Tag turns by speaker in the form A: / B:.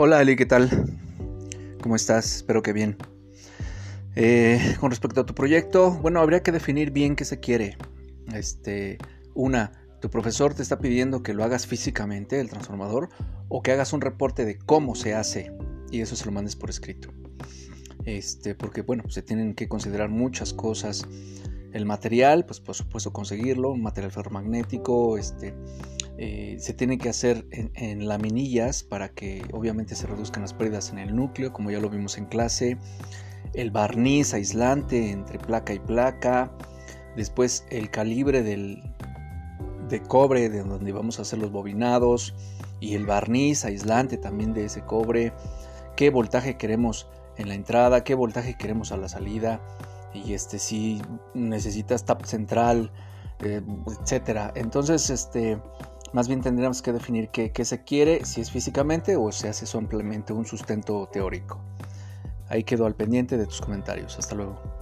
A: Hola Ali, ¿qué tal? ¿Cómo estás? Espero que bien. Con respecto a tu proyecto, bueno, habría que definir bien qué se quiere. Tu profesor te está pidiendo que lo hagas físicamente, el transformador, o que hagas un reporte de cómo se hace y eso se lo mandes por escrito. Porque bueno, se tienen que considerar muchas cosas. El material, pues por supuesto conseguirlo, un material ferromagnético, se tiene que hacer en laminillas para que obviamente se reduzcan las pérdidas en el núcleo, como ya lo vimos en clase. El barniz aislante entre placa y placa. Después el calibre de cobre de donde vamos a hacer los bobinados. Y el barniz aislante también de ese cobre. Qué voltaje queremos en la entrada, qué voltaje queremos a la salida. Y si necesitas tap central, etcétera. Entonces, más bien tendríamos que definir qué se quiere, si es físicamente o se hace simplemente un sustento teórico. Ahí quedo al pendiente de tus comentarios. Hasta luego.